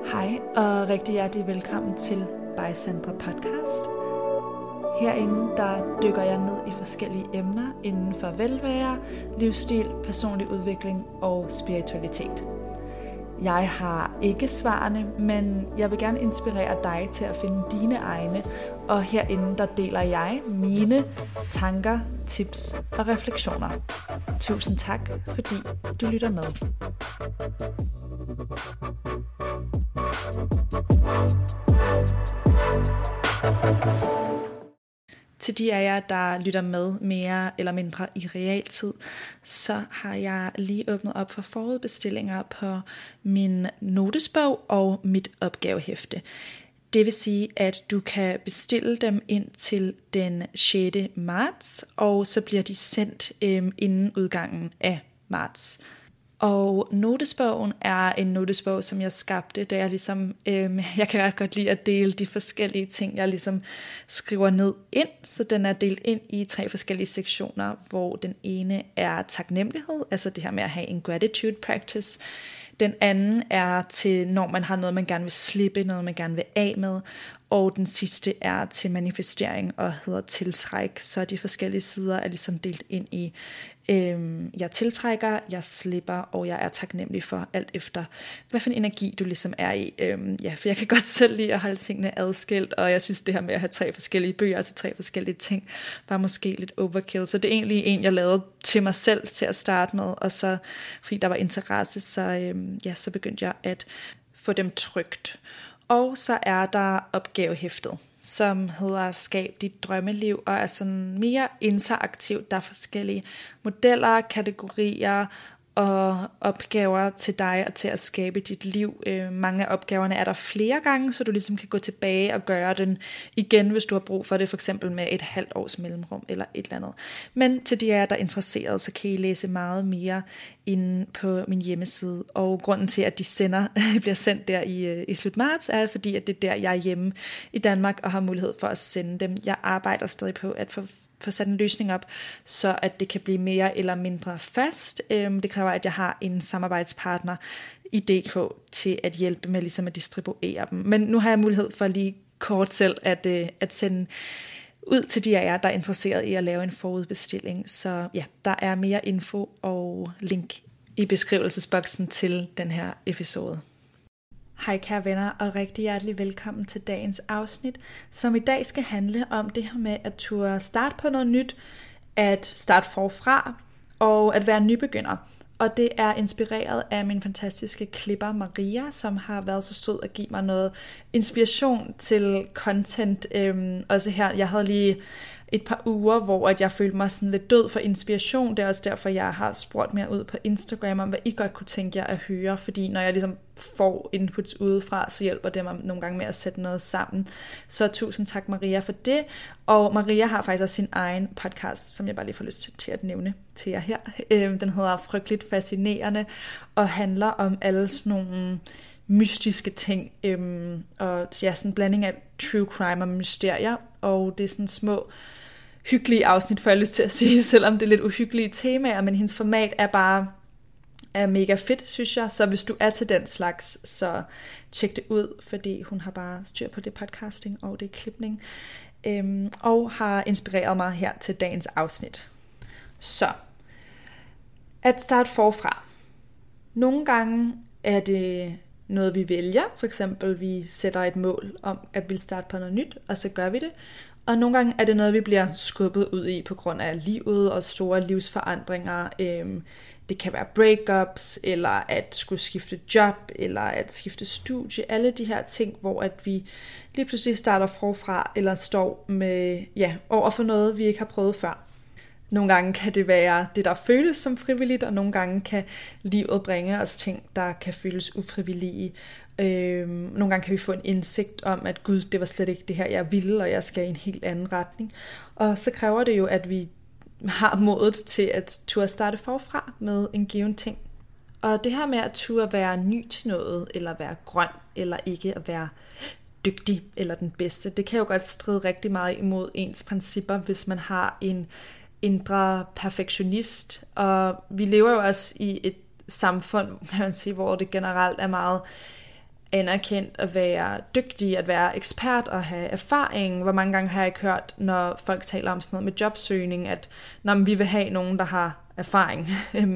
Hej og rigtig hjertelig velkommen til By Sandra Podcast. Herinde der dykker jeg ned i forskellige emner inden for velvære, livsstil, personlig udvikling og spiritualitet. Jeg har ikke svarene, men jeg vil gerne inspirere dig til at finde dine egne, og herinde der deler jeg mine tanker, tips og refleksioner. Tusind tak, fordi du lytter med. Til de af jer, der lytter med mere eller mindre i realtid, så har jeg lige åbnet op for forudbestillinger på min notesbog og mit opgavehæfte. Det vil sige, at du kan bestille dem ind til den 6. marts, og så bliver de sendt inden udgangen af marts. Og notesbogen er en notesbog, som jeg skabte, da jeg ligesom, jeg kan ret godt lide at dele de forskellige ting, jeg ligesom skriver ned ind. Så den er delt ind i 3 forskellige sektioner, hvor den ene er taknemmelighed, altså det her med at have en gratitude practice. Den anden er til, når man har noget, man gerne vil slippe, noget man gerne vil af med. Og den sidste er til manifestering og hedder tiltræk. Så de forskellige sider er ligesom delt ind i, jeg tiltrækker, jeg slipper, og jeg er taknemmelig for, alt efter hvad for en energi du ligesom er i. For jeg kan godt selv lide at holde tingene adskilt, og jeg synes det her med at have 3 forskellige bøger til 3 forskellige ting, var måske lidt overkill. Så det er egentlig en, jeg lavede til mig selv til at starte med, og så fordi der var interesse, så begyndte jeg at få dem trykt. Og så er der opgavehæftet, som hedder Skab dit drømmeliv, og er sådan mere interaktivt. Der er forskellige modeller, kategorier og opgaver til dig og til at skabe dit liv. Mange af opgaverne er der flere gange, så du ligesom kan gå tilbage og gøre den igen, hvis du har brug for det, for eksempel med et halvt års mellemrum eller et eller andet. Men til de af jer, der er interesseret, så kan I læse meget mere inde på min hjemmeside. Og grunden til, at de bliver sendt der i slut marts, er fordi, at det er der, jeg er hjemme i Danmark og har mulighed for at sende dem. Jeg arbejder stadig på at få sat en løsning op, så at det kan blive mere eller mindre fast. Det kræver, at jeg har en samarbejdspartner i DK til at hjælpe med ligesom at distribuere dem. Men nu har jeg mulighed for lige kort selv at sende ud til de af jer, der er interesseret i at lave en forudbestilling. Så ja, der er mere info og link i beskrivelsesboksen til den her episode. Hej kære venner, og rigtig hjertelig velkommen til dagens afsnit, som i dag skal handle om det her med at turde starte på noget nyt, at starte forfra og at være nybegynder. Og det er inspireret af min fantastiske klipper Maria, som har været så sød at give mig noget inspiration til content. Også her, jeg havde lige et par uger, hvor at jeg følte mig sådan lidt død for inspiration. Det er også derfor, jeg har spurgt mere ud på Instagram om, hvad I godt kunne tænke jer at høre. Fordi når jeg ligesom får inputs udefra, så hjælper det mig nogle gange med at sætte noget sammen. Så tusind tak Maria for det. Og Maria har faktisk også sin egen podcast, som jeg bare lige får lyst til at nævne til jer her. Den hedder Frygteligt Fascinerende og handler om alle sådan nogle mystiske ting. Og ja, sådan en blanding af true crime og mysterier. Og det er sådan små hyggelige afsnit, får jeg lyst til at sige, selvom det er lidt uhyggelige temaer, men hendes format er mega fedt, synes jeg. Så hvis du er til den slags, så tjek det ud, fordi hun har bare styr på det podcasting og det klipning, og har inspireret mig her til dagens afsnit. Så, at starte forfra. Nogle gange er det noget, vi vælger. For eksempel, vi sætter et mål om, at vi vil starte på noget nyt, og så gør vi det. Og nogle gange er det noget, vi bliver skubbet ud i på grund af livet og store livsforandringer. Det kan være breakups, eller at skulle skifte job, eller at skifte studie. Alle de her ting, hvor at vi lige pludselig starter forfra, eller står med, over for noget, vi ikke har prøvet før. Nogle gange kan det være det, der føles som frivilligt, og nogle gange kan livet bringe os ting, der kan føles ufrivillige. Nogle gange kan vi få en indsigt om, at gud, det var slet ikke det her, jeg ville, og jeg skal i en helt anden retning. Og så kræver det jo, at vi har modet til at turde starte forfra med en given ting. Og det her med at turde være ny til noget, eller være grøn, eller ikke at være dygtig, eller den bedste, det kan jo godt stride rigtig meget imod ens principper, hvis man har en indre perfektionist. Og vi lever jo også i et samfund, kan man sige, hvor det generelt er meget anerkendt, at være dygtig, at være ekspert og have erfaring. Hvor mange gange har jeg ikke hørt, når folk taler om sådan noget med jobsøgning, at vi vil have nogen, der har erfaring.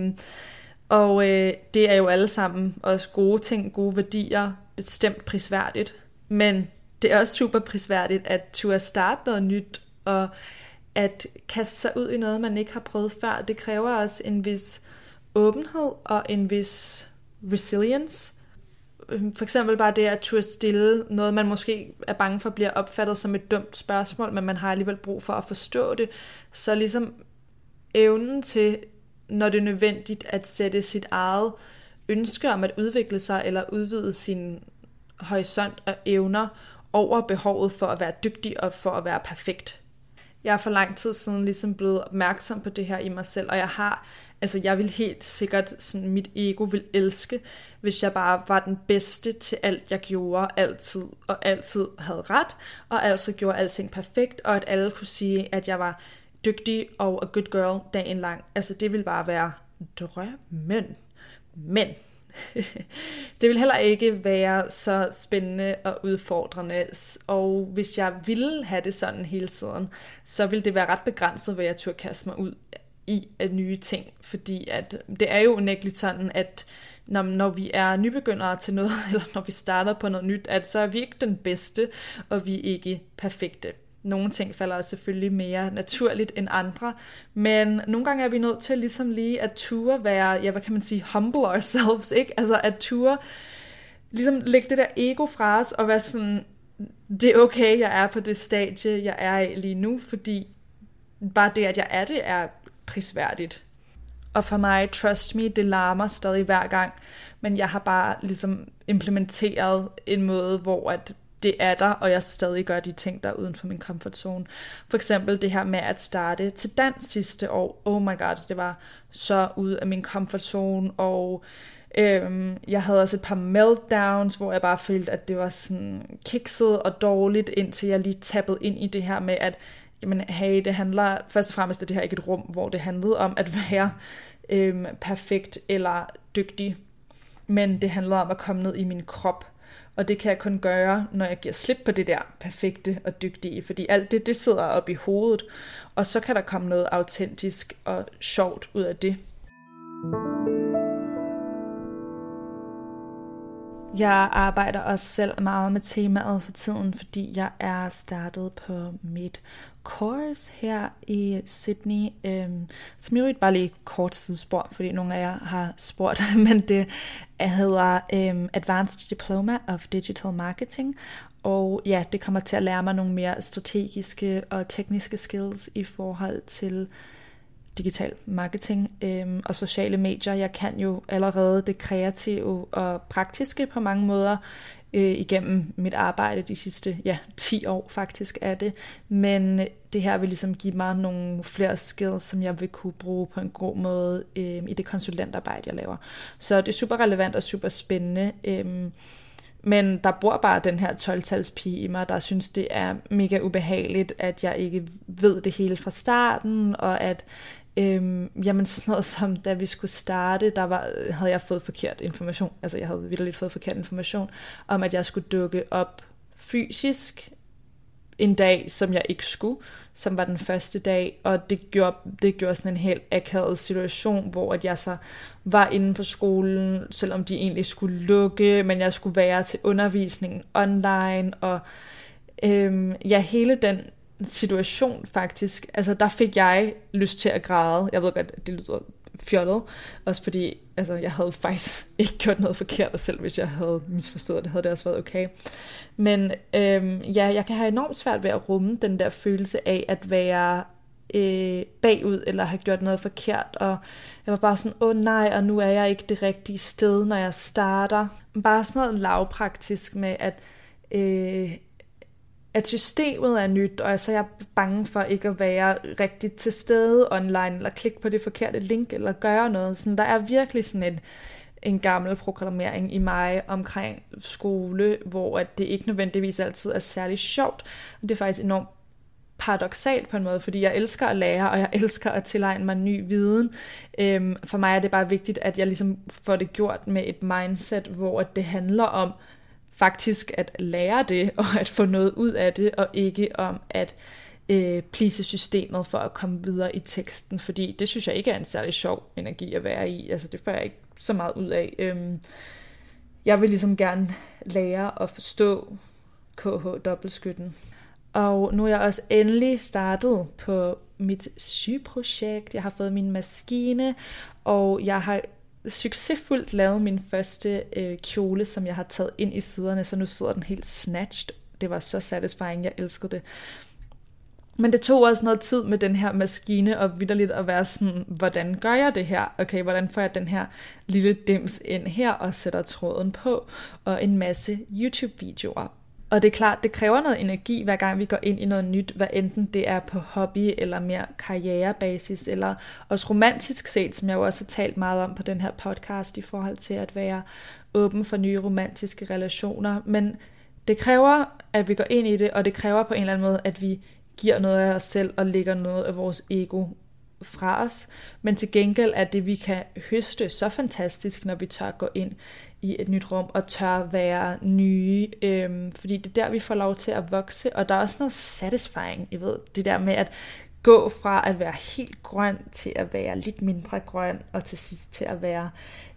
Og det er jo alle sammen også gode ting, gode værdier, bestemt prisværdigt. Men det er også super prisværdigt at turde starte noget nyt, og at kaste sig ud i noget, man ikke har prøvet før. Det kræver også en vis åbenhed og en vis resilience. For eksempel bare det at turde stille noget, man måske er bange for bliver opfattet som et dumt spørgsmål, men man har alligevel brug for at forstå det. Så ligesom evnen til, når det er nødvendigt, at sætte sit eget ønske om at udvikle sig eller udvide sin horisont og evner over behovet for at være dygtig og for at være perfekt. Jeg er for lang tid siden ligesom blevet opmærksom på det her i mig selv, og jeg vil helt sikkert, sådan mit ego vil elske, hvis jeg bare var den bedste til alt, jeg gjorde altid, og altid havde ret, og altså gjorde alting perfekt, og at alle kunne sige, at jeg var dygtig og a good girl dagen lang. Altså det ville bare være drømmen. Men det vil heller ikke være så spændende og udfordrende, og hvis jeg ville have det sådan hele tiden, så ville det være ret begrænset, hvad jeg turde kaste mig ud i af nye ting, fordi at det er jo unægteligt sådan, at når vi er nybegyndere til noget, eller når vi starter på noget nyt, at så er vi ikke den bedste, og vi er ikke perfekte. Nogle ting falder selvfølgelig mere naturligt end andre, men nogle gange er vi nødt til ligesom lige at ture være, hvad kan man sige, humble ourselves, ikke? Altså at ture, ligesom lægge det der ego fra os, og være sådan, det er okay, jeg er på det stadie, jeg er i lige nu, fordi bare det, at jeg er det, er prisværdigt. Og for mig, trust me, det larmer stadig hver gang, men jeg har bare ligesom implementeret en måde, hvor at det er der, og jeg stadig gør de ting, der er uden for min comfort zone. For eksempel det her med at starte til dans sidste år. Oh my god, det var så ude af min comfort zone, og jeg havde også et par meltdowns, hvor jeg bare følte, at det var sådan kikset og dårligt, indtil jeg lige tappede ind i det her med, at jamen, hey, det handler først og fremmest, at det her ikke et rum, hvor det handlede om at være perfekt eller dygtig, men det handler om at komme ned i min krop. Og det kan jeg kun gøre, når jeg giver slip på det der perfekte og dygtige, fordi alt det sidder op i hovedet, og så kan der komme noget autentisk og sjovt ud af det. Jeg arbejder også selv meget med temaet for tiden, fordi jeg er startet på mit course her i Sydney, som jo bare lige kort sidespor, fordi nogle af jer har spurgt, men det hedder Advanced Diploma of Digital Marketing, og ja, det kommer til at lære mig nogle mere strategiske og tekniske skills i forhold til digital marketing og sociale medier. Jeg kan jo allerede det kreative og praktiske på mange måder igennem mit arbejde de sidste 10 år faktisk er det, men det her vil ligesom give mig nogle flere skills, som jeg vil kunne bruge på en god måde i det konsulentarbejde, jeg laver. Så det er super relevant og super spændende, men der bor bare den her 12-talspige i mig, der synes, det er mega ubehageligt, at jeg ikke ved det hele fra starten, og at jamen sådan noget som, da vi skulle starte, havde jeg fået forkert information, altså jeg havde vitterligt fået forkert information, om at jeg skulle dukke op fysisk en dag, som jeg ikke skulle, som var den første dag, og det gjorde sådan en helt akavet situation, hvor at jeg så var inde på skolen, selvom de egentlig skulle lukke, men jeg skulle være til undervisningen online, og hele den situation faktisk, altså der fik jeg lyst til at græde. Jeg ved godt, det lyder fjollet, også fordi altså, jeg havde faktisk ikke gjort noget forkert, og selv hvis jeg havde misforstået det, havde det også været okay. Men jeg kan have enormt svært ved at rumme den der følelse af at være bagud, eller have gjort noget forkert, og jeg var bare sådan, nej, og nu er jeg ikke det rigtige sted, når jeg starter. Bare sådan noget lavpraktisk med, at systemet er nyt, og så er jeg bange for ikke at være rigtig til stede online, eller klikke på det forkerte link, eller gøre noget. Sådan, der er virkelig sådan en gammel programmering i mig omkring skole, hvor at det ikke nødvendigvis altid er særlig sjovt. Det er faktisk enormt paradoksalt på en måde, fordi jeg elsker at lære, og jeg elsker at tilegne mig ny viden. For mig er det bare vigtigt, at jeg ligesom får det gjort med et mindset, hvor det handler om faktisk at lære det, og at få noget ud af det, og ikke om at please systemet for at komme videre i teksten, fordi det synes jeg ikke er en særlig sjov energi at være i. Altså det får jeg ikke så meget ud af. Jeg vil ligesom gerne lære at forstå KH-dobbeltskytten. Og nu er jeg også endelig startet på mit syprojekt. Jeg har fået min maskine, og jeg har succesfuldt lavet min første kjole, som jeg har taget ind i siderne, så nu sidder den helt snatched. Det var så satisfying, jeg elskede det. Men det tog også noget tid med den her maskine, og vitterligt at være sådan, hvordan gør jeg det her? Okay, hvordan får jeg den her lille dims ind her, og sætter tråden på, og en masse YouTube-videoer. Og det er klart, det kræver noget energi, hver gang vi går ind i noget nyt, hvad enten det er på hobby, eller mere karrierebasis, eller også romantisk set, som jeg jo også har talt meget om på den her podcast, i forhold til at være åben for nye romantiske relationer. Men det kræver, at vi går ind i det, og det kræver på en eller anden måde, at vi giver noget af os selv, og lægger noget af vores ego fra os. Men til gengæld er det, vi kan høste, så fantastisk, når vi tør gå ind i et nyt rum, og tør være nye, fordi det er der, vi får lov til at vokse, og der er også noget satisfying, I ved, det der med at gå fra at være helt grøn, til at være lidt mindre grøn, og til sidst til at være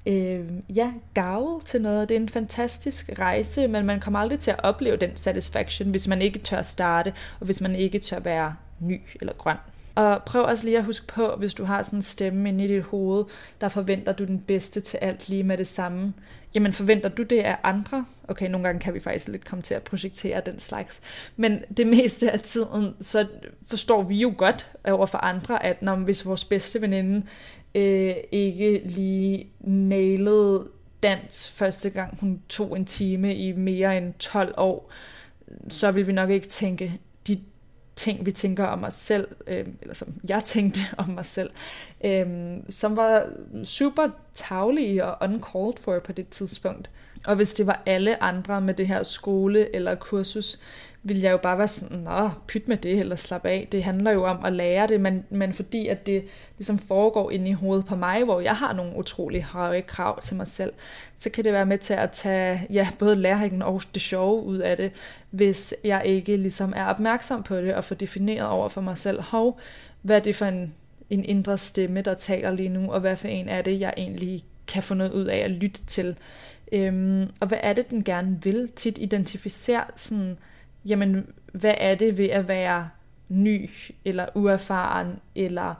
gavet til noget. Det er en fantastisk rejse, men man kommer aldrig til at opleve den satisfaction, hvis man ikke tør starte, og hvis man ikke tør være ny eller grøn. Og prøv også lige at huske på, hvis du har sådan en stemme inde i dit hoved, der forventer du den bedste til alt lige med det samme. Jamen forventer du det af andre? Okay, nogle gange kan vi faktisk lidt komme til at projektere den slags. Men det meste af tiden, så forstår vi jo godt over for andre, at hvis vores bedste veninde ikke lige nailede dans første gang, hun tog en time i mere end 12 år, så vil vi nok ikke tænke de ting, vi tænker om os selv, eller som jeg tænkte om mig selv, som var super tarvelige og uncalled for på det tidspunkt. Og hvis det var alle andre med det her skole eller kursus, ville jeg jo bare være sådan, pyt med det, eller slap af. Det handler jo om at lære det, men fordi at det ligesom foregår inde i hovedet på mig, hvor jeg har nogle utrolig høje krav til mig selv, så kan det være med til at tage både læringen og det sjove ud af det, hvis jeg ikke ligesom er opmærksom på det, og får defineret over for mig selv, hvad er det for en indre stemme, der taler lige nu, og hvad for en er det, jeg egentlig kan få noget ud af at lytte til. Og hvad er det, den gerne vil? Tit identificere sådan, jamen, hvad er det ved at være ny, eller uerfaren, eller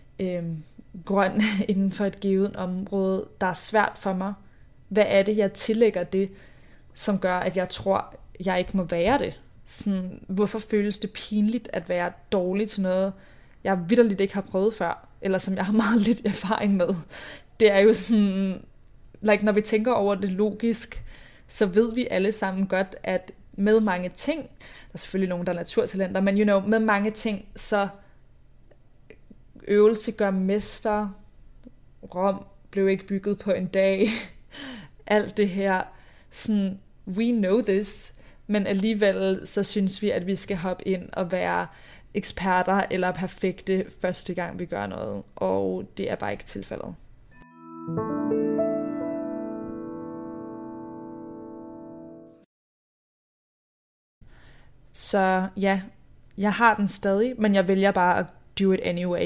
grøn inden for et givet område, der er svært for mig? Hvad er det, jeg tillægger det, som gør, at jeg tror, jeg ikke må være det? Sådan, hvorfor føles det pinligt at være dårlig til noget, jeg vitterligt ikke har prøvet før, eller som jeg har meget lidt erfaring med? Det er jo sådan, når vi tænker over det logisk, så ved vi alle sammen godt, at med mange ting, der er selvfølgelig nogen, der er naturtalenter, men med mange ting, så øvelse gør mester, Rom blev ikke bygget på en dag, alt det her, sådan, we know this, men alligevel så synes vi, at vi skal hoppe ind og være eksperter eller perfekte første gang, vi gør noget, og det er bare ikke tilfældet. Så ja, jeg har den stadig, men jeg vælger bare at do it anyway.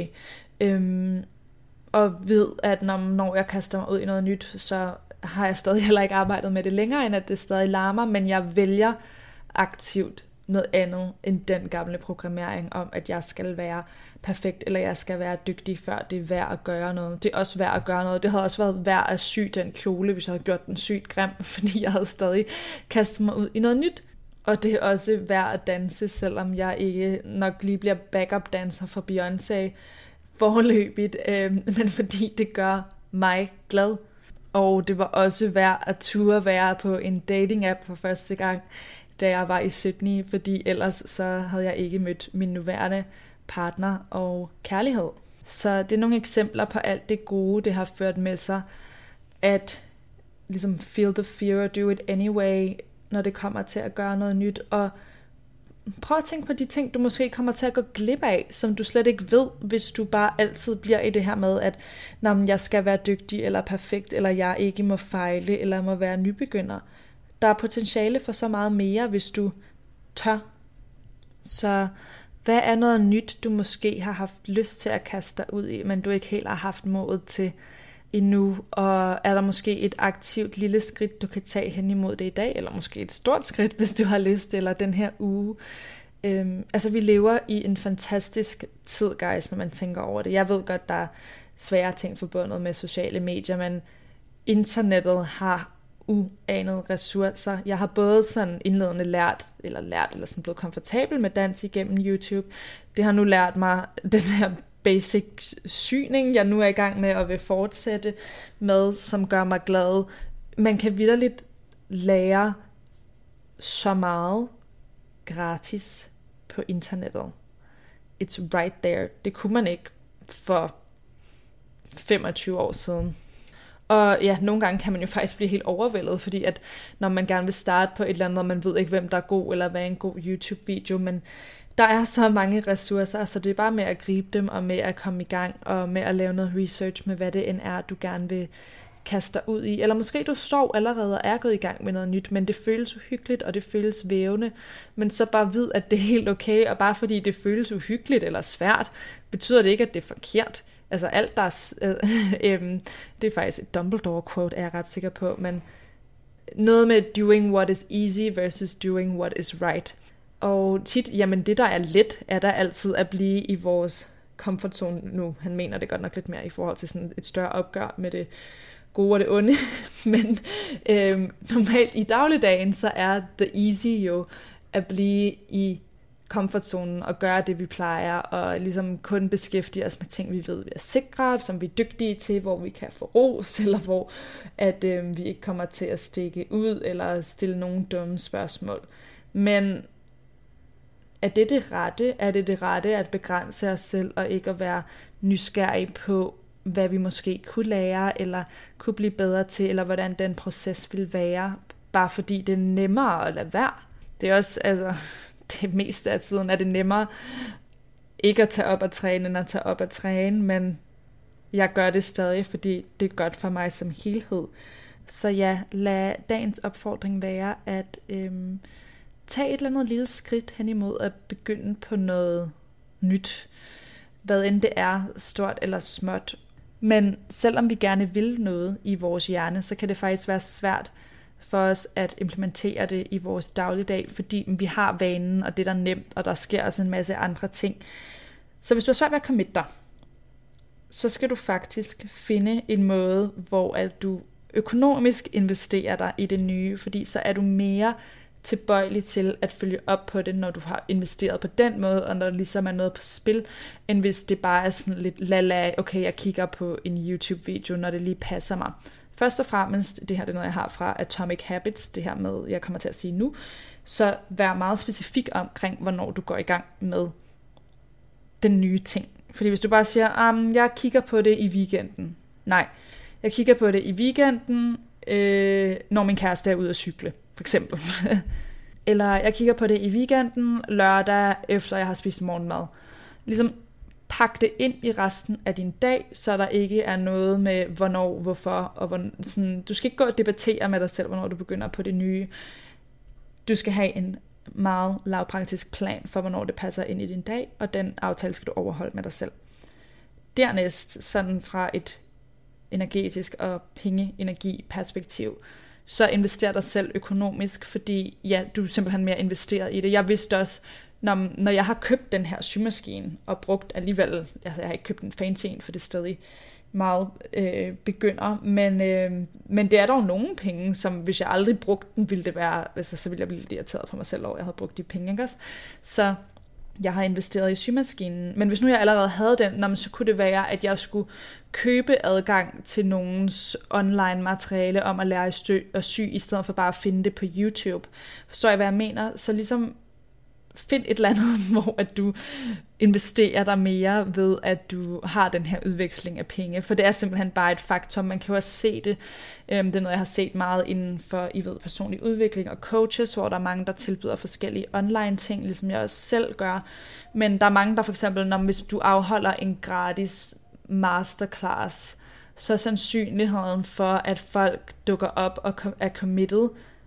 Og ved, at når jeg kaster mig ud i noget nyt, så har jeg stadig heller ikke arbejdet med det længere, end at det stadig larmer, men jeg vælger aktivt noget andet end den gamle programmering om, at jeg skal være perfekt, eller jeg skal være dygtig, før det er værd at gøre noget. Det er også værd at gøre noget. Det havde også været værd at sy den kjole, hvis jeg havde gjort den sygt grim, fordi jeg havde stadig kastet mig ud i noget nyt. Og det er også værd at danse, selvom jeg ikke nok lige bliver backup danser for Beyoncé foreløbigt, men fordi det gør mig glad. Og det var også værd at turde være på en dating-app for første gang, da jeg var i Sydney, fordi ellers så havde jeg ikke mødt min nuværende partner og kærlighed. Så det er nogle eksempler på alt det gode, det har ført med sig, at ligesom feel the fear og do it anyway, når det kommer til at gøre noget nyt, og prøv at tænke på de ting, du måske kommer til at gå glip af, som du slet ikke ved, hvis du bare altid bliver i det her med, at jeg skal være dygtig eller perfekt, eller jeg ikke må fejle, eller må være nybegynder. der er potentiale for så meget mere, hvis du tør. Så hvad er noget nyt, du måske har haft lyst til at kaste dig ud i, men du ikke helt har haft modet til endnu? Og er der måske et aktivt lille skridt, du kan tage hen imod det i dag, eller måske et stort skridt, hvis du har lyst, eller den her uge? Vi lever i en fantastisk tid, guys, når man tænker over det. Jeg ved godt, der er svære ting forbundet med sociale medier, men internettet har uanede ressourcer. Jeg har både sådan indledende lært eller sådan blevet komfortabel med dans igennem YouTube. Det har nu lært mig den her basic syning, jeg nu er i gang med og vil fortsætte med, som gør mig glad. Man kan vitterligt lære så meget gratis på internettet. It's right there. Det kunne man ikke for 25 år siden. Og ja, nogle gange kan man jo faktisk blive helt overvældet, fordi at når man gerne vil starte på et eller andet, og man ved ikke, hvem der er god, eller hvad er en god YouTube-video, men der er så mange ressourcer, så det er bare med at gribe dem, og med at komme i gang, og med at lave noget research med, hvad det end er, du gerne vil kaste dig ud i. Eller måske du står allerede og er gået i gang med noget nyt, men det føles uhyggeligt, og det føles vævende, men så bare vid, at det er helt okay, og bare fordi det føles uhyggeligt eller svært, betyder det ikke, at det er forkert. Altså alt der det er faktisk et Dumbledore-quote, er jeg ret sikker på, men noget med doing what is easy versus doing what is right. Og tit, jamen det der er let, er der altid at blive i vores comfort zone nu. Han mener det godt nok lidt mere i forhold til sådan et større opgør med det gode og det onde, men normalt i dagligdagen, så er the easy jo at blive i comfortzonen og gøre det, vi plejer, og ligesom kun beskæftige os med ting, vi ved, vi er sikre, som vi er dygtige til, hvor vi kan få ros, eller hvor at vi ikke kommer til at stikke ud, eller stille nogle dumme spørgsmål. Men er det det rette? Er det det rette at begrænse os selv, og ikke at være nysgerrige på, hvad vi måske kunne lære, eller kunne blive bedre til, eller hvordan den proces vil være, bare fordi det er nemmere at lade være? Det er også, det meste af tiden er det nemmere ikke at tage op og træne, end at tage op og træne, men jeg gør det stadig, fordi det er godt for mig som helhed. Så ja, lad dagens opfordring være at tage et eller andet lille skridt hen imod at begynde på noget nyt, hvad end det er, stort eller småt. Men selvom vi gerne vil noget i vores hjerne, så kan det faktisk være svært for os at implementere det i vores dagligdag, fordi vi har vanen, og det er der nemt, og der sker også en masse andre ting. Så hvis du har svært ved at committe dig, så skal du faktisk finde en måde, hvor at du økonomisk investerer dig i det nye, fordi så er du mere tilbøjelig til at følge op på det, når du har investeret på den måde, og når der ligesom er noget på spil, end hvis det bare er sådan lidt lala, okay, jeg kigger på en YouTube-video, når det lige passer mig. Først og fremmest, det her det er noget, jeg har fra Atomic Habits, det her med, jeg kommer til at sige nu, så vær meget specifik omkring, hvornår du går i gang med den nye ting. Fordi hvis du bare siger, jeg kigger på det i weekenden. Nej, jeg kigger på det i weekenden, når min kæreste er ude at cykle, for eksempel. Eller jeg kigger på det i weekenden, lørdag, efter jeg har spist morgenmad. Ligesom pak det ind i resten af din dag, så der ikke er noget med hvornår, hvorfor, og sådan, du skal ikke gå og debattere med dig selv, hvornår du begynder på det nye. Du skal have en meget lavpraktisk plan for, hvornår det passer ind i din dag, og den aftale skal du overholde med dig selv. Dernæst, sådan fra et energetisk og penge-energi-perspektiv, så invester dig selv økonomisk, fordi ja, du er simpelthen mere investeret i det. Jeg vidste også, når jeg har købt den her symaskine og brugt alligevel, jeg har ikke købt en fancy en, for det er stadig meget begynder, men det er dog nogle penge, som hvis jeg aldrig brugte den, ville det være, altså, så ville jeg blive lidt irriteret på mig selv over, at jeg havde brugt de penge, ikke også? Så jeg har investeret i symaskinen, men hvis nu jeg allerede havde den, så kunne det være, at jeg skulle købe adgang til nogens online materiale om at lære at sy, i stedet for bare at finde det på YouTube. Forstår jeg, hvad jeg mener? Så ligesom find et eller andet, hvor at du investerer dig mere ved, at du har den her udveksling af penge. For det er simpelthen bare et faktum. Man kan jo også se det. Det er noget, jeg har set meget inden for, personlig udvikling og coaches, hvor der er mange, der tilbyder forskellige online ting, ligesom jeg også selv gør. Men der er mange, der for eksempel, hvis du afholder en gratis masterclass, så er sandsynligheden for, at folk dukker op og er committed,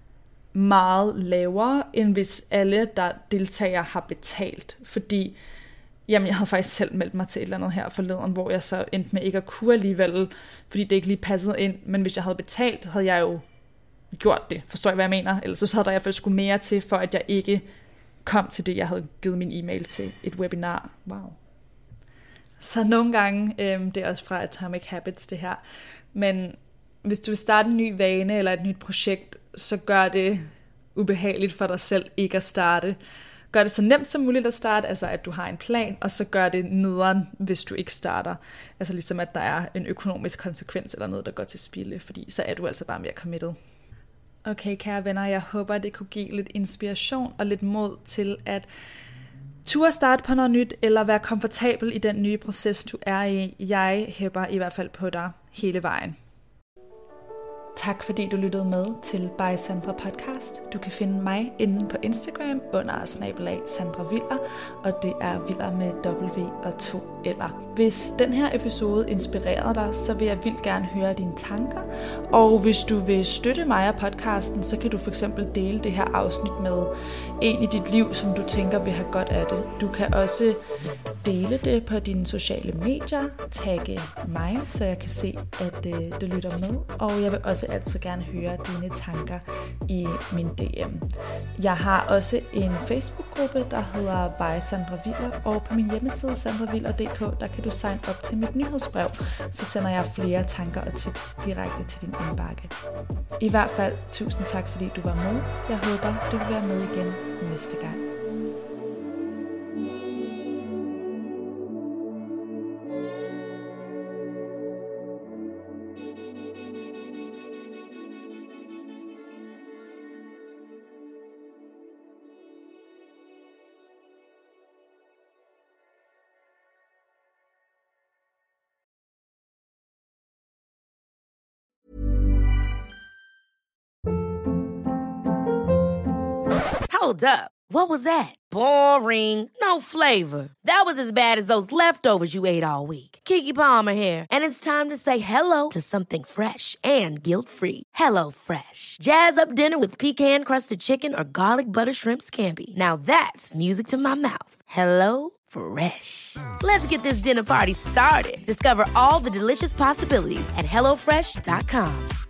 meget lavere, end hvis alle, der deltager, har betalt. Fordi jeg havde faktisk selv meldt mig til et eller andet her forleden, hvor jeg så endte med ikke at kunne alligevel, fordi det ikke lige passede ind. Men hvis jeg havde betalt, havde jeg jo gjort det. Forstår I, hvad jeg mener? Ellers så havde der i hvert fald skulle mere til, for at jeg ikke kom til det, jeg havde givet min e-mail til et webinar. Wow. Så nogle gange, det er også fra Atomic Habits det her, men hvis du vil starte en ny vane eller et nyt projekt, så gør det ubehageligt for dig selv ikke at starte. Gør det så nemt som muligt at starte, altså at du har en plan, og så gør det nederen, hvis du ikke starter. Altså ligesom at der er en økonomisk konsekvens eller noget, der går til spilde, fordi så er du altså bare mere committed. Okay, kære venner, jeg håber, at det kunne give lidt inspiration og lidt mod til at turde starte på noget nyt, eller være komfortabel i den nye proces, du er i. Jeg hæpper i hvert fald på dig hele vejen. Tak fordi du lyttede med til By Sandra Podcast. Du kan finde mig inde på Instagram under @SandraViller, og det er Viller med W og 2 L'er. Hvis den her episode inspirerede dig, så vil jeg vildt gerne høre dine tanker. Og hvis du vil støtte mig og podcasten, så kan du for eksempel dele det her afsnit med en i dit liv, som du tænker vil have godt af det. Du kan også dele det på dine sociale medier, tagge mig, så jeg kan se, at du lytter med. Og jeg vil også altid gerne høre dine tanker i min DM. Jeg har også en Facebook-gruppe, der hedder By Sandra Viller, og på min hjemmeside sandraviller.dk, der kan du signe op til mit nyhedsbrev, så sender jeg flere tanker og tips direkte til din indbakke. I hvert fald, tusind tak fordi du var med. Jeg håber, du vil være med igen næste gang. Hold up. What was that? Boring. No flavor. That was as bad as those leftovers you ate all week. Keke Palmer here, and it's time to say hello to something fresh and guilt-free. Hello Fresh. Jazz up dinner with pecan-crusted chicken or garlic butter shrimp scampi. Now that's music to my mouth. Hello Fresh. Let's get this dinner party started. Discover all the delicious possibilities at HelloFresh.com.